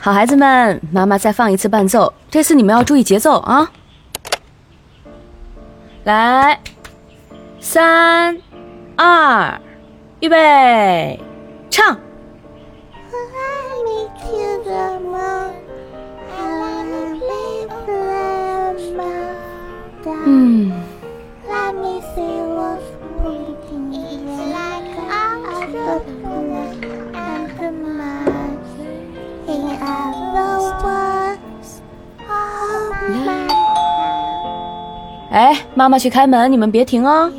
好孩子们，妈妈再放一次伴奏，这次你们要注意节奏啊！来，3、2，预备，唱。哎，妈妈去开门，你们别停哦。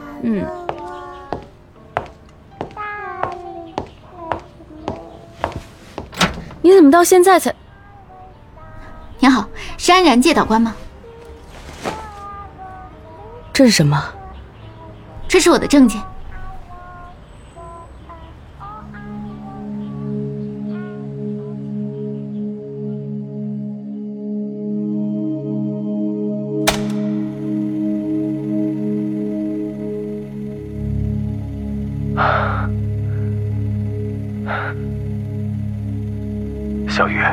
你怎么到现在才？ 您好，是安然介导官吗？ 这是什么？ 这是我的证件。 小雨，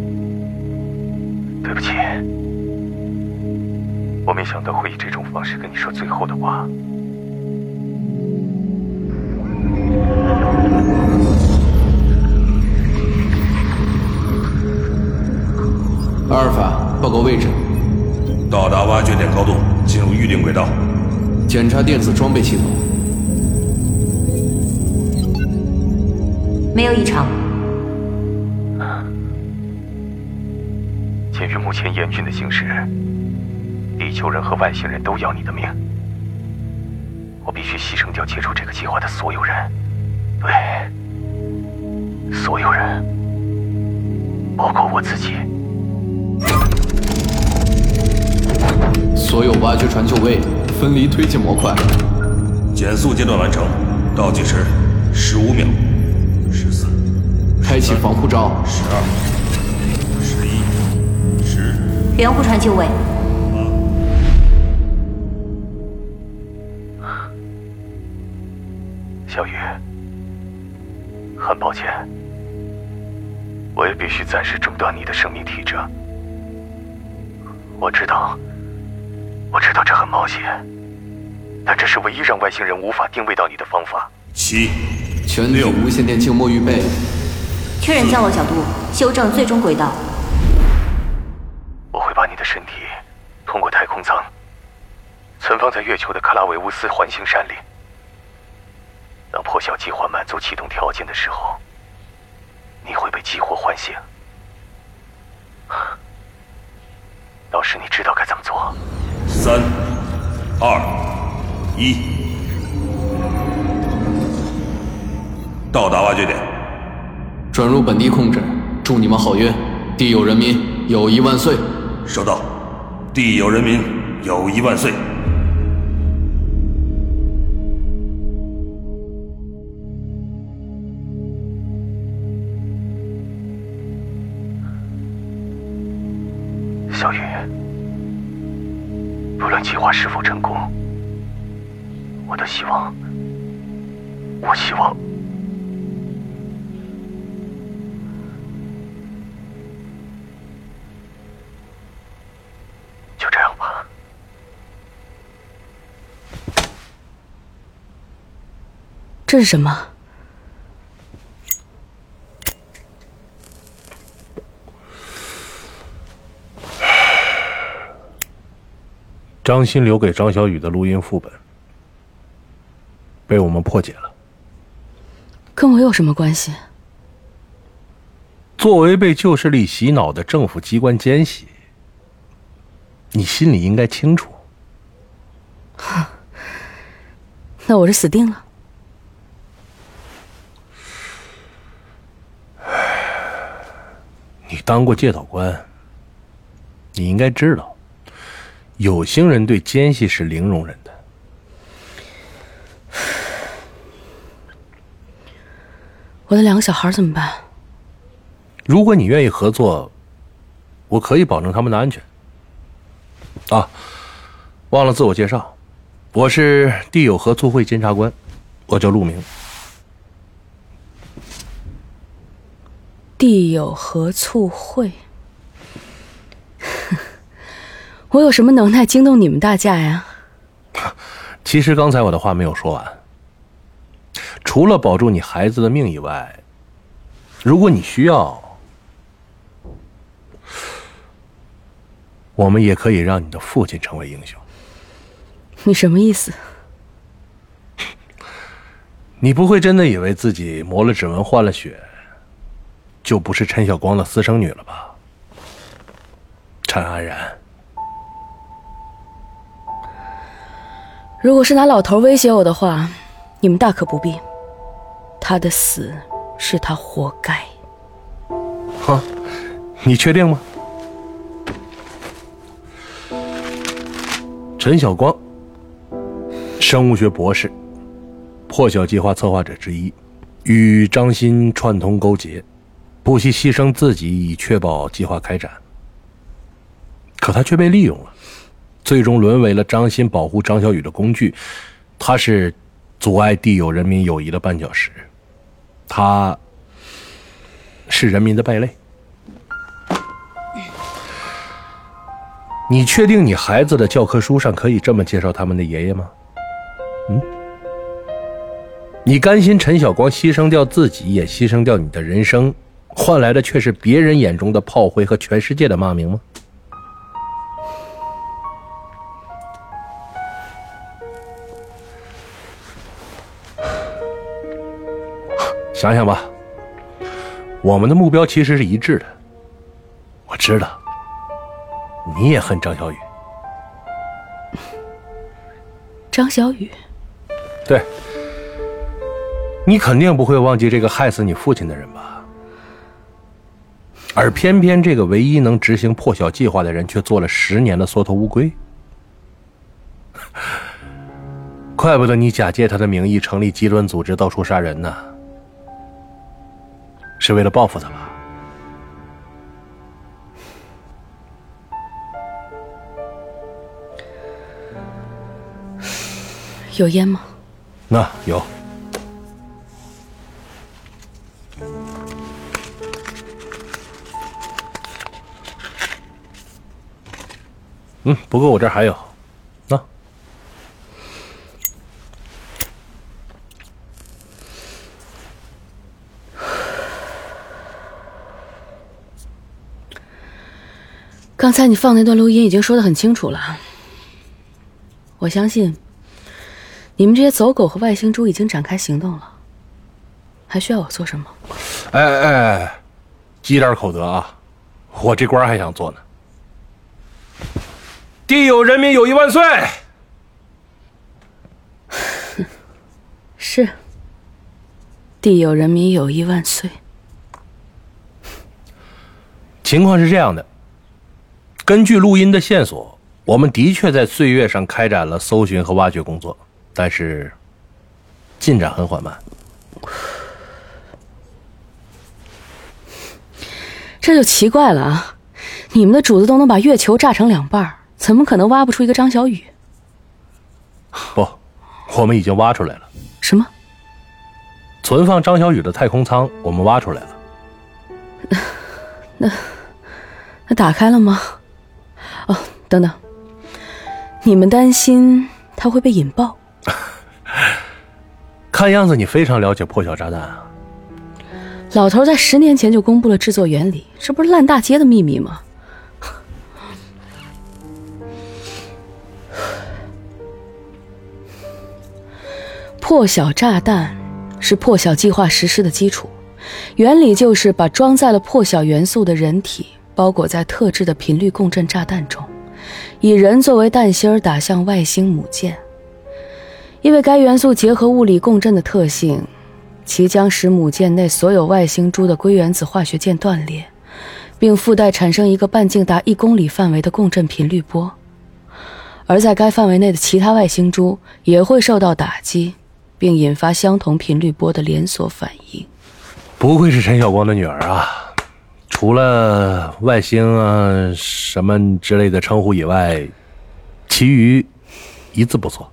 对不起，我没想到会以这种方式跟你说最后的话。 阿尔法，报告位置。 到达挖掘点高度，进入预定轨道。 检查电子装备系统。 没有异常。 鉴于目前严峻的形势，地球人和外星人都要你的命，我必须牺牲掉接触这个计划的所有人。对，所有人，包括我自己。 所有挖掘船就位，分离推进模块。 减速阶段完成，倒计时15秒。14， 开启防护罩。 12，11，10。 援护船就位。 小雨，很抱歉，我也必须暂时中断你的生命体征。我知道这很冒险，但这是唯一让外星人无法定位到你的方法。 7， 全体无线电静默预备。 确认降落角度，修正最终轨道。 我会把你的身体通过太空舱存放在月球的克拉维乌斯环形山里。当破晓计划满足启动条件的时候，你会被激活唤醒。到时你知道该怎么做。 3、2、1，到达挖掘点。 转入本地控制，祝你们好运，地友人民友谊万岁。 收到，地友人民友谊万岁。 小雨，不论计划是否成功，我希望就这样吧。 这是什么？ 张鑫留给张小雨的录音副本被我们破解了。 跟我有什么关系？ 作为被旧势力洗脑的政府机关奸细，你心里应该清楚。 那我是死定了。 你当过介导官，你应该知道，有心人对奸细是零容忍的。 我的2个小孩怎么办？ 如果你愿意合作，我可以保证他们的安全。啊，忘了自我介绍，我是地友合作会监察官，我叫陆明。 地友合促会。我有什么能耐惊动你们大驾呀？ 其实刚才我的话没有说完。除了保住你孩子的命以外，如果你需要，我们也可以让你的父亲成为英雄。 你什么意思？ 你不会真的以为自己磨了指纹换了血，就不是陈晓光的私生女了吧？陈安然， 如果是拿老头威胁我的话，你们大可不必。他的死是他活该。 哼，你确定吗？陈晓光，生物学博士，破晓计划策划者之一，与张鑫串通勾结，不惜牺牲自己以确保计划开展。可他却被利用了，最终沦为了张鑫保护张小雨的工具。他是阻碍地友人民友谊的绊脚石，他是人民的败类。你确定你孩子的教科书上可以这么介绍他们的爷爷吗？你甘心陈晓光牺牲掉自己，也牺牲掉你的人生，换来的却是别人眼中的炮灰和全世界的骂名吗？想想吧，我们的目标其实是一致的。我知道你也恨张小雨。 张小雨？ 对，你肯定不会忘记这个害死你父亲的人吧？而偏偏这个唯一能执行破晓计划的人却做了10年的缩头乌龟。怪不得你假借他的名义成立极端组织到处杀人呢，是为了报复他吧？ 有烟吗？ 那有。不过我这儿还有。那刚才你放那段录音已经说得很清楚了。我相信你们这些走狗和外星猪已经展开行动了，还需要我做什么？ 积点口德啊，我这官还想做呢。地友人民友谊万岁！ 是，地友人民友谊万岁。 情况是这样的，根据录音的线索，我们的确在岁月上开展了搜寻和挖掘工作，但是进展很缓慢。 这就奇怪了啊！你们的主子都能把月球炸成2半，怎么可能挖不出一个张小雨？ 不，我们已经挖出来了。 什么？ 存放张小雨的太空舱我们挖出来了。 那打开了吗？哦，等等，你们担心它会被引爆？ 看样子你非常了解破晓炸弹啊。 老头在10年前就公布了制作原理，这不是烂大街的秘密吗？破晓炸弹是破晓计划实施的基础，原理就是把装载了破晓元素的人体包裹在特制的频率共振炸弹中，以人作为弹芯打向外星母舰。因为该元素结合物理共振的特性，其将使母舰内所有外星株的硅原子化学键断裂，并附带产生一个半径达1公里范围的共振频率波，而在该范围内的其他外星株也会受到打击，并引发相同频率波的连锁反应。 不愧是陈晓光的女儿啊，除了外星啊什么之类的称呼以外，其余一字不错。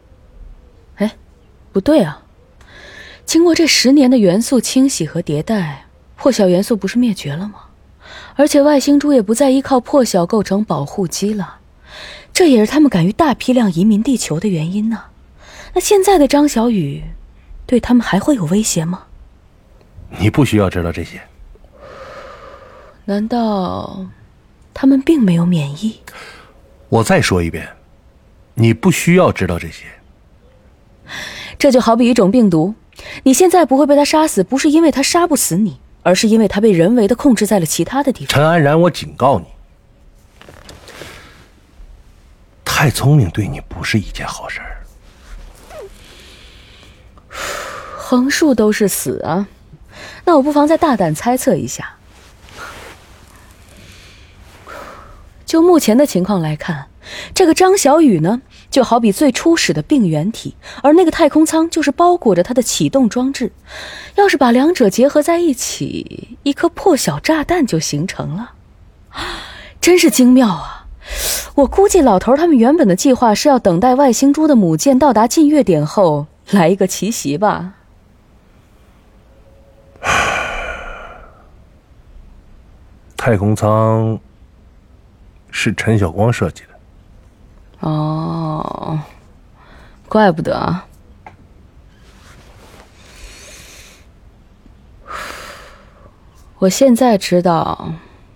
不对啊，经过这10年的元素清洗和迭代， 破晓元素不是灭绝了吗？而且外星株也不再依靠破晓构成保护机了，这也是他们敢于大批量移民地球的原因呢。那现在的张小雨对他们还会有威胁吗？ 你不需要知道这些。 难道他们并没有免疫？ 我再说一遍，你不需要知道这些。 这就好比一种病毒，你现在不会被它杀死，不是因为它杀不死你，而是因为它被人为的控制在了其他的地方。 陈安然，我警告你，太聪明对你不是一件好事儿。 横竖都是死啊，那我不妨再大胆猜测一下。就目前的情况来看，这个张小雨呢，就好比最初始的病原体，而那个太空舱就是包裹着它的启动装置。要是把两者结合在一起，一颗破晓炸弹就形成了，真是精妙啊！我估计老头他们原本的计划是要等待外星株的母舰到达近月点后来一个奇袭吧。 太空舱是陈晓光设计的。 哦，怪不得啊。我现在知道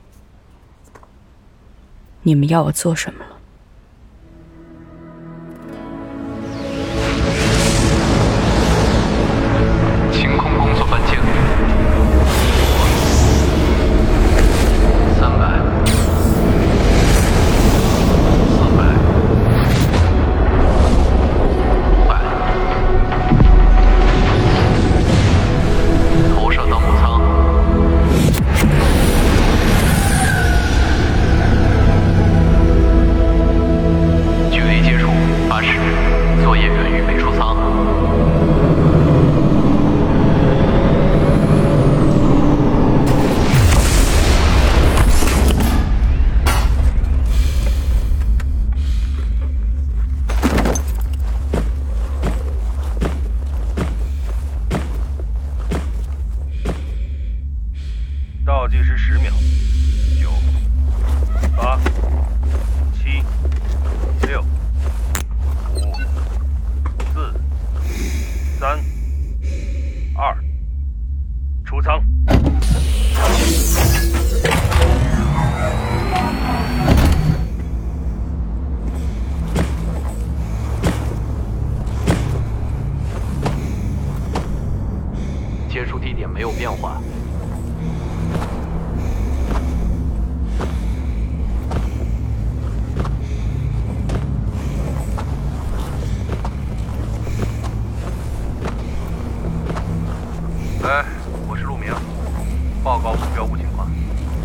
你们要我做什么了。 晴空工作半径300、400、500，投射到母舱。距离接触80，作业员预备出舱。 倒计时10秒，9、8、7、6、5、4、3、2，出舱。 接触地点没有变化。 我是陆明，报告目标物情况。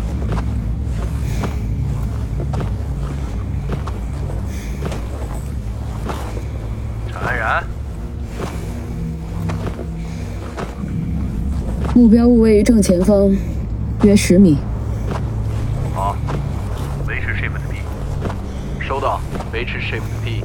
陈安然， 目标物位于正前方，约10米。 好，维持 Shift P。 收到，维持 Shift P。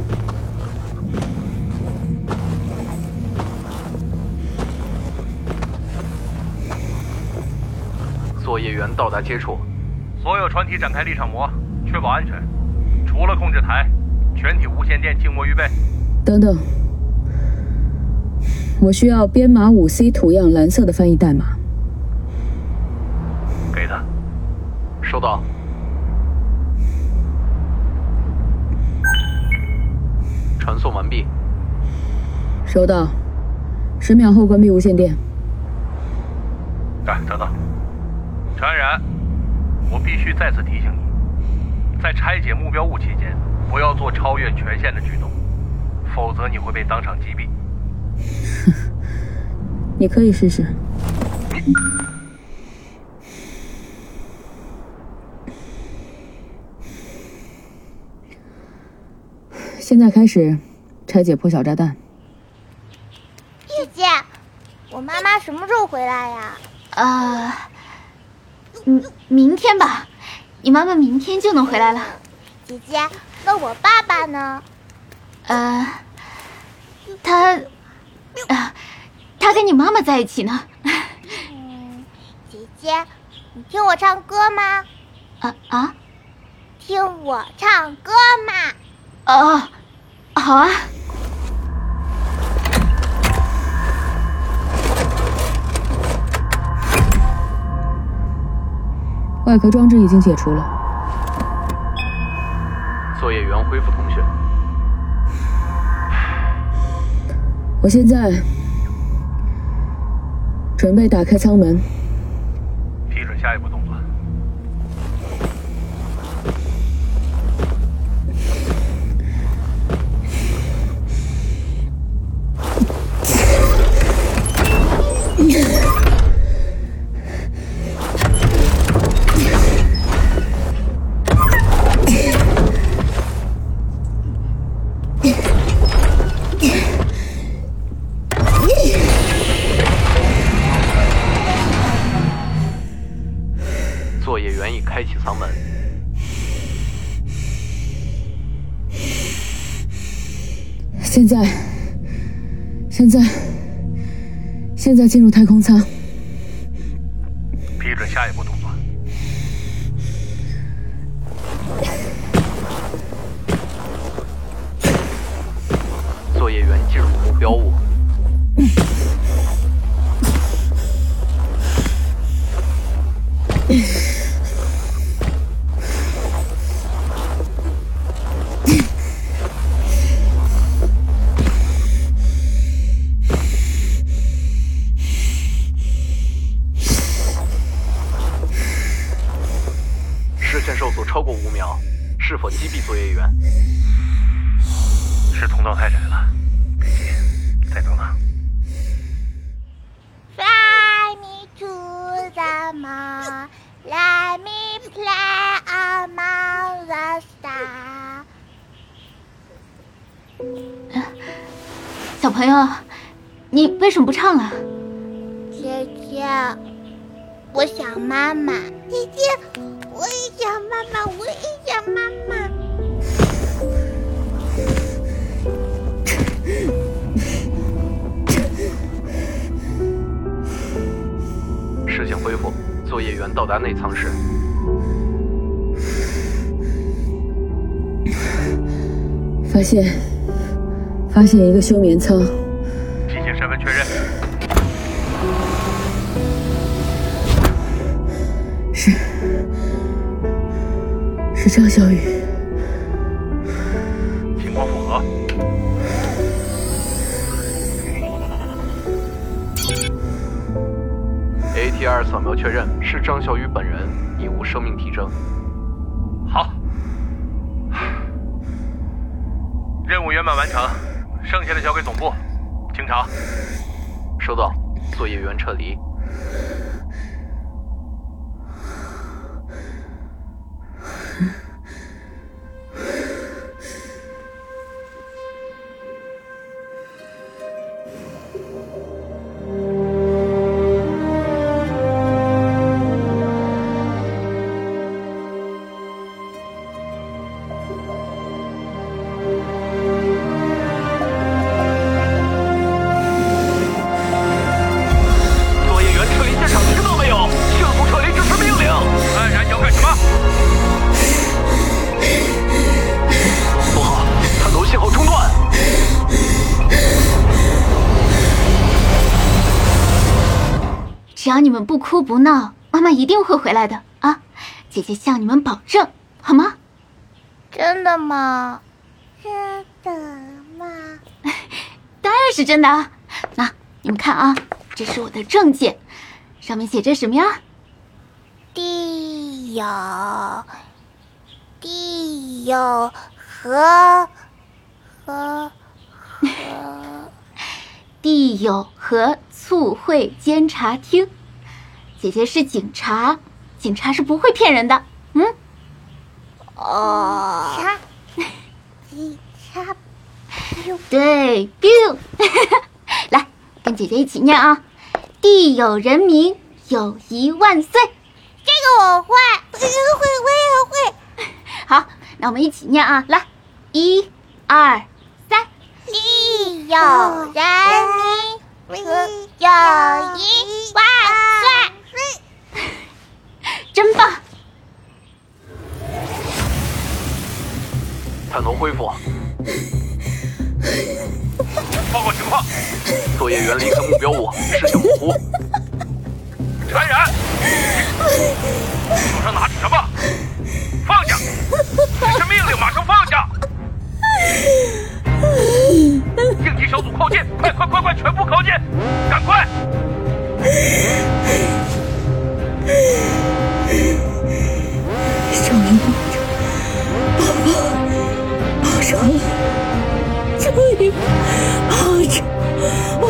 作业员到达接触， 所有船体展开立场模，确保安全。除了控制台，全体无线电静默预备。 等等，我需要编码5C 图样蓝色的翻译代码。 给他。 收到。传送完毕。 收到。10秒后关闭无线电。 等等。陈安然，我必须再次提醒你，在拆解目标物期间，不要做超越权限的举动，否则你会被当场击毙。 你可以试试。现在开始拆解破晓炸弹。 姐姐，我妈妈什么时候回来呀？ 明天吧，你妈妈明天就能回来了。 姐姐，那我爸爸呢？ 他跟你妈妈在一起呢。 姐姐姐，你听我唱歌吗？听我唱歌嘛。 好啊。 外壳装置已经解除了， 作业员恢复通讯。 我现在准备打开舱门。 批准下一步动作。 作业员已开启舱门。 现在进入太空舱。 批准下一步动作。 作业员进入目标物。视线受阻超过5秒，是否击毙作业员？ 是通道太窄了，别急，再等等。 Fly me to the moon, let me play among the stars。 小朋友，你为什么不唱了？ 姐姐，我想妈妈。姐姐，我也想妈妈，我也想妈妈。 视线恢复，作业员到达内舱室。 发现一个休眠舱。 进行身份确认。 是张小雨。 情况符合。 ATR 扫描确认是张小雨本人，已无生命体征。 好，任务圆满完成，剩下的交给总部，清场。 收到，作业员撤离。 只要你们不哭不闹，妈妈一定会回来的啊！姐姐向你们保证，好吗？ 真的吗？真的吗？ 当然是真的啊！那你们看啊，这是我的证件，上面写着什么呀？ 地有和地友和促会监察厅，姐姐是警察，警察是不会骗人的。 警察， 对 ，biu， 来跟姐姐一起念啊！地有人民，友谊万岁。 这个我会，我也会。 好，那我们一起念啊，来，1、2、3。 地有人民，友谊万岁。 真棒！ 探头恢复。 报告情况， 作业员离开目标物，视线模糊。 传染！手上拿着什么？放下！这是命令，马上放下！应急小组靠近，快，全部靠近，赶快！ 少爷抱着我，终于抱着我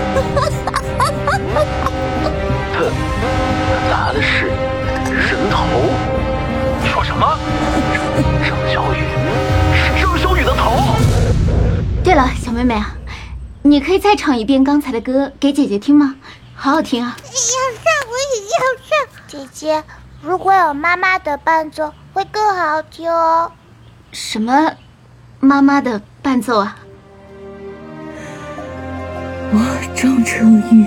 他拿的是人头。 你说什么？ 张小雨，是张小雨的头。 对了，小妹妹啊，你可以再唱一遍刚才的歌给姐姐听吗？好好听啊！ 要唱，我也要唱。姐姐，如果有妈妈的伴奏，会更好听哦。 什么妈妈的伴奏啊？ 我张成宇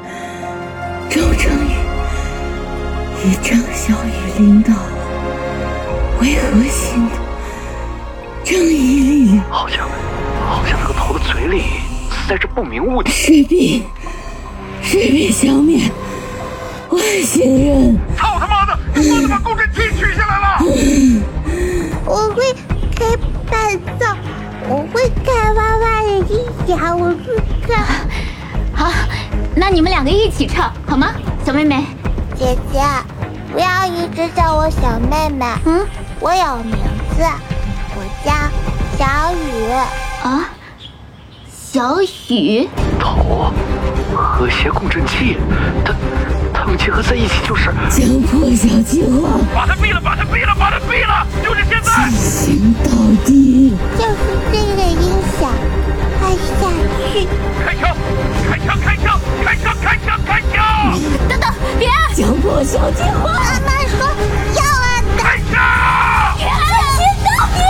以张小雨领导为核心的正义力量， 好像那个头的嘴里塞着不明物体。 势必消灭外星人。 操他妈的！我把共振器取下来了！ 我会开伴奏，我会开娃娃的音响，我会开。 好，那你们两个一起唱好吗？小妹妹， 姐姐，不要一直叫我小妹妹。我有名字，我叫小雨。 啊，小雨。 头和谐共振器，它们结合在一起就是将破晓计划把它毙了！就是现在！ 进行到底。 就是这个音响，按下去。 开枪！ 等等，别按！ 将破晓计划。 妈妈说要按的。 开枪！ 别按！进行到底！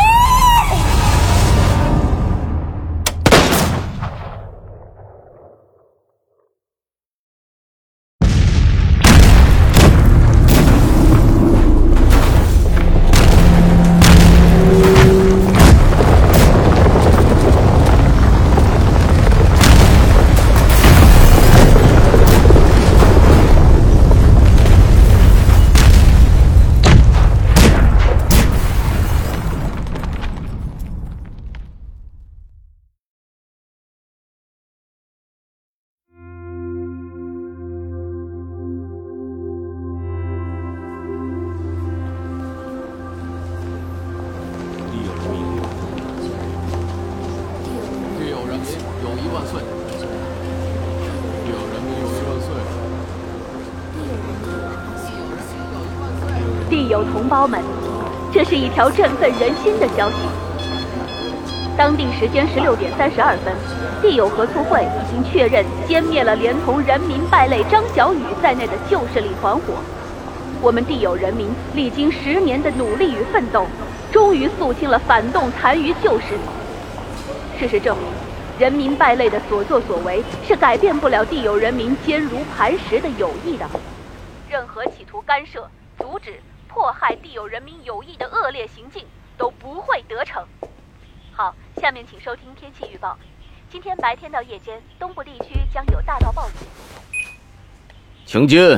地友同胞们，这是一条振奋人心的消息。当地时间16点32分，地友合促会已经确认歼灭了连同人民败类张小雨在内的旧势力团伙。我们地友人民历经10年的努力与奋斗，终于肃清了反动残余旧势力。事实证明，人民败类的所作所为是改变不了地友人民坚如磐石的友谊的。任何企图干涉、阻止、迫害地友人民友谊的恶劣行径都不会得逞。好，下面请收听天气预报。今天白天到夜间，东部地区将有大到暴雨。 请进。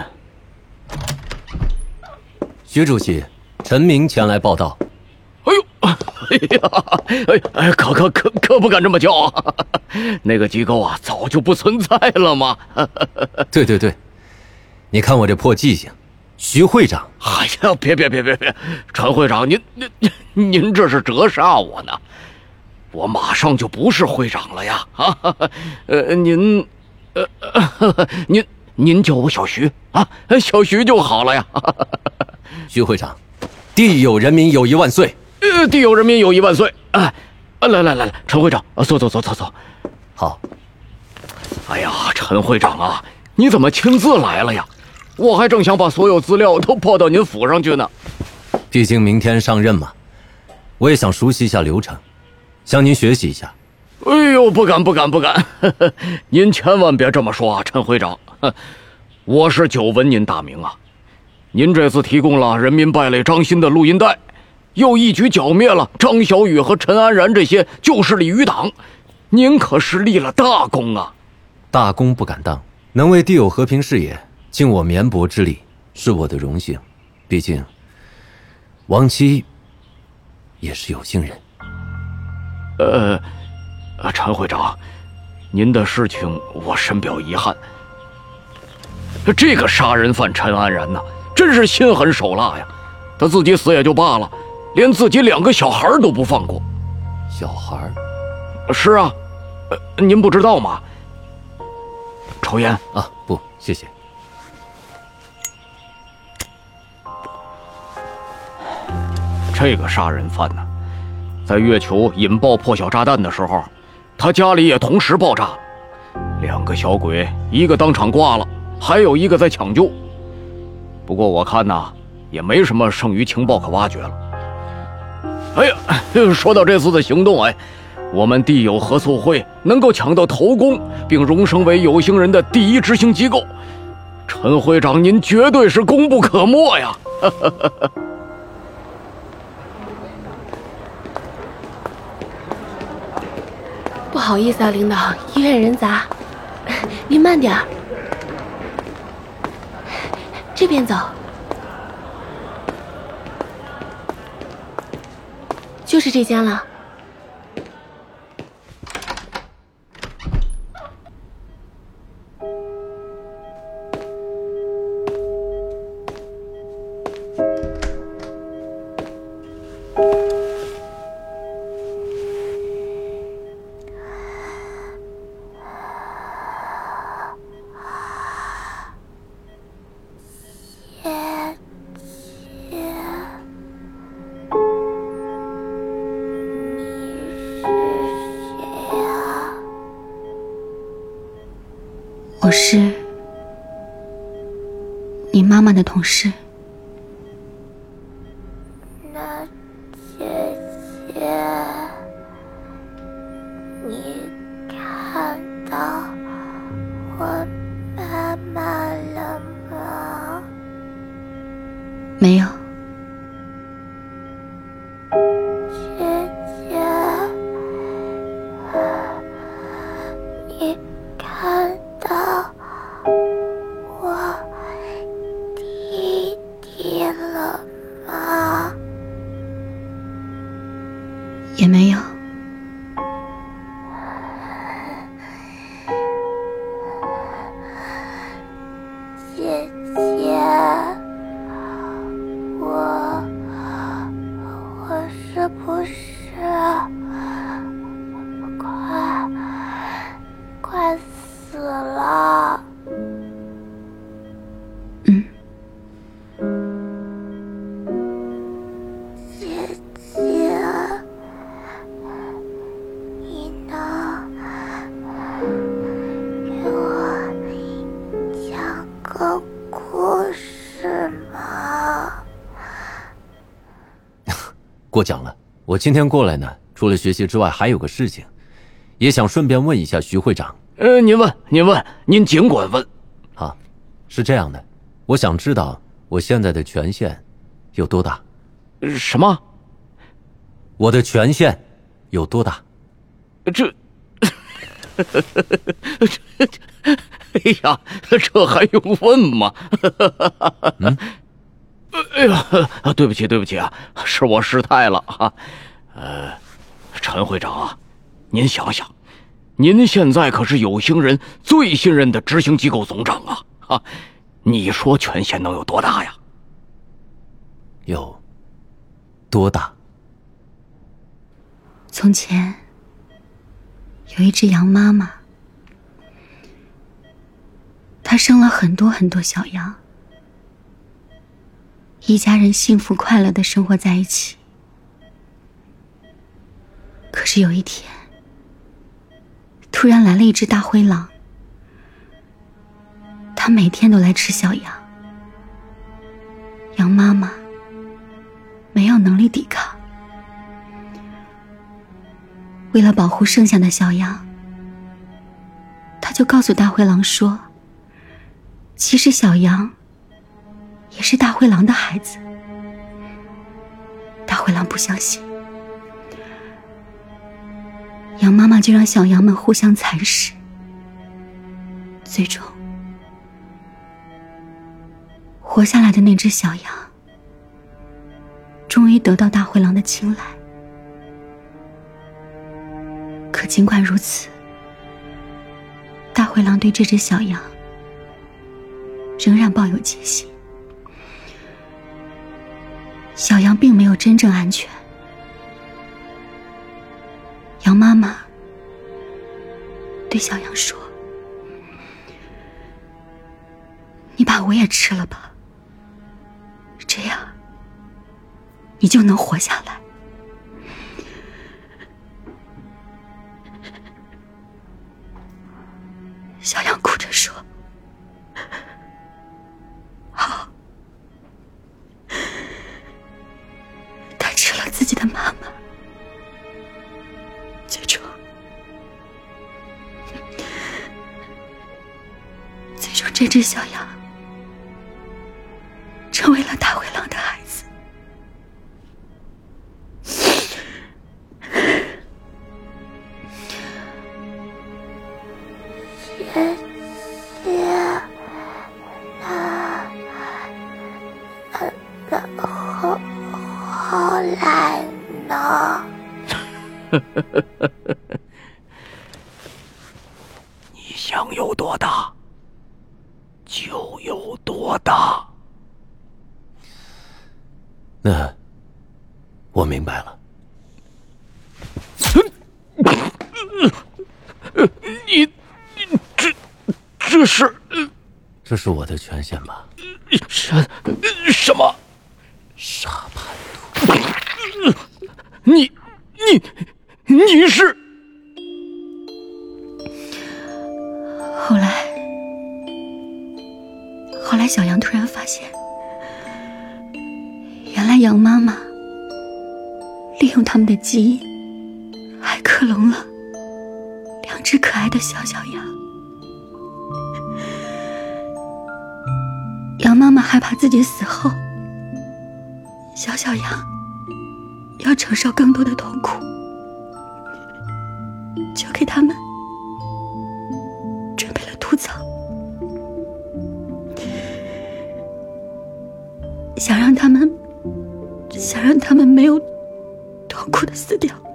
徐主席，陈明前来报道。 可不敢这么叫啊！那个机构啊，早就不存在了吗？ 对，你看我这破记性，徐会长。 哎呀，别，陈会长，您这是折煞我呢！我马上就不是会长了呀！您叫我小徐啊，小徐就好了呀。 徐会长，地友人民友谊万岁！ 地友人民友谊万岁！来，陈会长，坐。 好。 哎呀，陈会长啊，你怎么亲自来了呀？我还正想把所有资料都报到您府上去呢。 毕竟明天上任嘛，我也想熟悉一下流程，向您学习一下。 哎呦，不敢，您千万别这么说啊，陈会长。我是久闻您大名啊， 您这次提供了人民败类张欣的录音带，又一举剿灭了张小雨和陈安然这些旧势力余党，您可是立了大功啊！ 大功不敢当，能为地友和平事业尽我绵薄之力，是我的荣幸。毕竟，亡妻也是有心人。 陈会长，您的事情我深表遗憾。这个杀人犯陈安然呐，真是心狠手辣呀！他自己死也就罢了，连自己2个小孩都不放过。 小孩？ 是啊，您不知道吗？抽烟啊？不，谢谢。 这个杀人犯呢，在月球引爆破晓炸弹的时候，他家里也同时爆炸了，2个小鬼，一个当场挂了，还有一个在抢救。不过我看呐，也没什么剩余情报可挖掘了。哎呀，说到这次的行动，我们地友合促会能够抢到头功，并荣升为有心人的第1执行机构，陈会长您绝对是功不可没呀！ 不好意思啊，领导，医院人杂，您慢点儿，这边走，就是这间了。 我是你妈妈的同事。 那姐姐，你看到我妈妈了吗？ 没有。 姐姐，你看到我弟弟了吗？ 也没有。 姐姐，我是不是快死了？姐姐，你能给我讲个故事吗？ 过奖了，我今天过来呢，除了学习之外，还有个事情，也想顺便问一下徐会长。 您问，您尽管问。 啊，是这样的，我想知道我现在的权限有多大。 什么？ 我的权限有多大？ 哎呀，这还用问吗？哎呀，对不起啊，是我失态了啊。陈会长啊，您想想，您现在可是有心人最信任的执行机构总长啊！你说权限能有多大呀？ 有多大？ 从前有一只羊妈妈，她生了很多很多小羊，一家人幸福快乐地生活在一起。可是有一天，突然来了一只大灰狼，它每天都来吃小羊，羊妈妈没有能力抵抗。为了保护剩下的小羊，他就告诉大灰狼说，其实小羊也是大灰狼的孩子。大灰狼不相信，羊妈妈就让小羊们互相蚕食，最终活下来的那只小羊终于得到大灰狼的青睐。可尽管如此，大灰狼对这只小羊仍然抱有戒心。小羊并没有真正安全。羊妈妈对小羊说：“你把我也吃了吧，这样你就能活下来。”小羊哭着说：“好。”他吃了自己的妈妈，最终这只小羊成为了大灰狼的孩子。 后来呢？ 你想有多大，就有多大。 那我明白了。这是我的权限吧？ 什么？ 沙盘图？ 你是？ 后来小羊突然发现，原来羊妈妈利用他们的基因，还克隆了2只可爱的小羊。羊妈妈害怕自己死后，小羊要承受更多的痛苦，就给他们准备了土草，想让他们没有痛苦的死掉。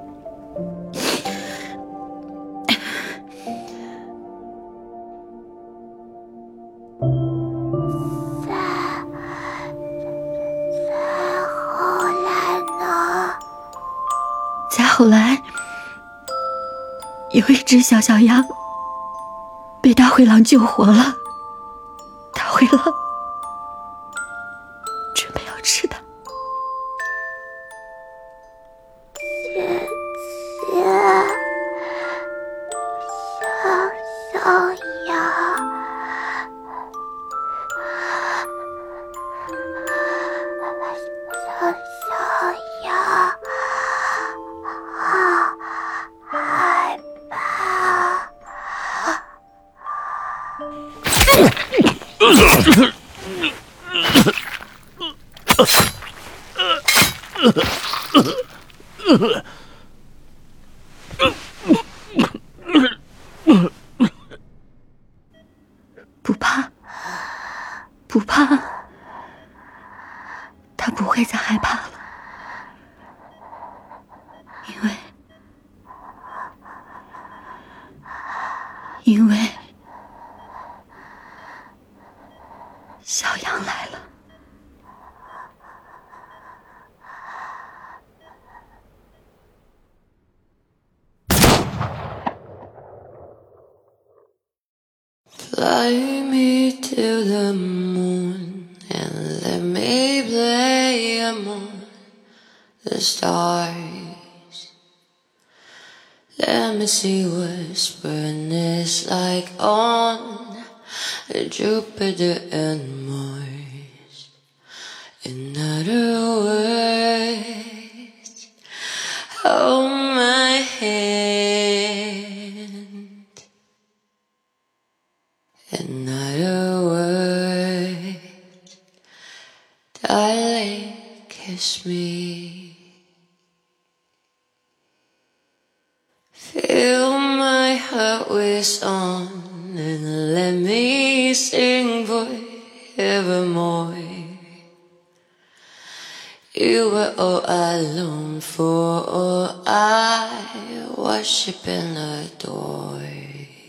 后来，有一只小羊被大灰狼救活了，大灰狼准备要吃它。 谢谢小羊。 不怕，他不会再害怕了，因为小羊来了。 Fly me to the moon and let me play among the stars. Let me see what spring is like on Jupiter and Mars. In other words, hold my hand. In other words, Darling, kiss me. Fill my heart with song and let me sing forevermore. You were all I long for, all I worship and adore.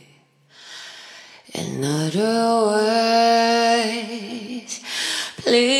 In other words, please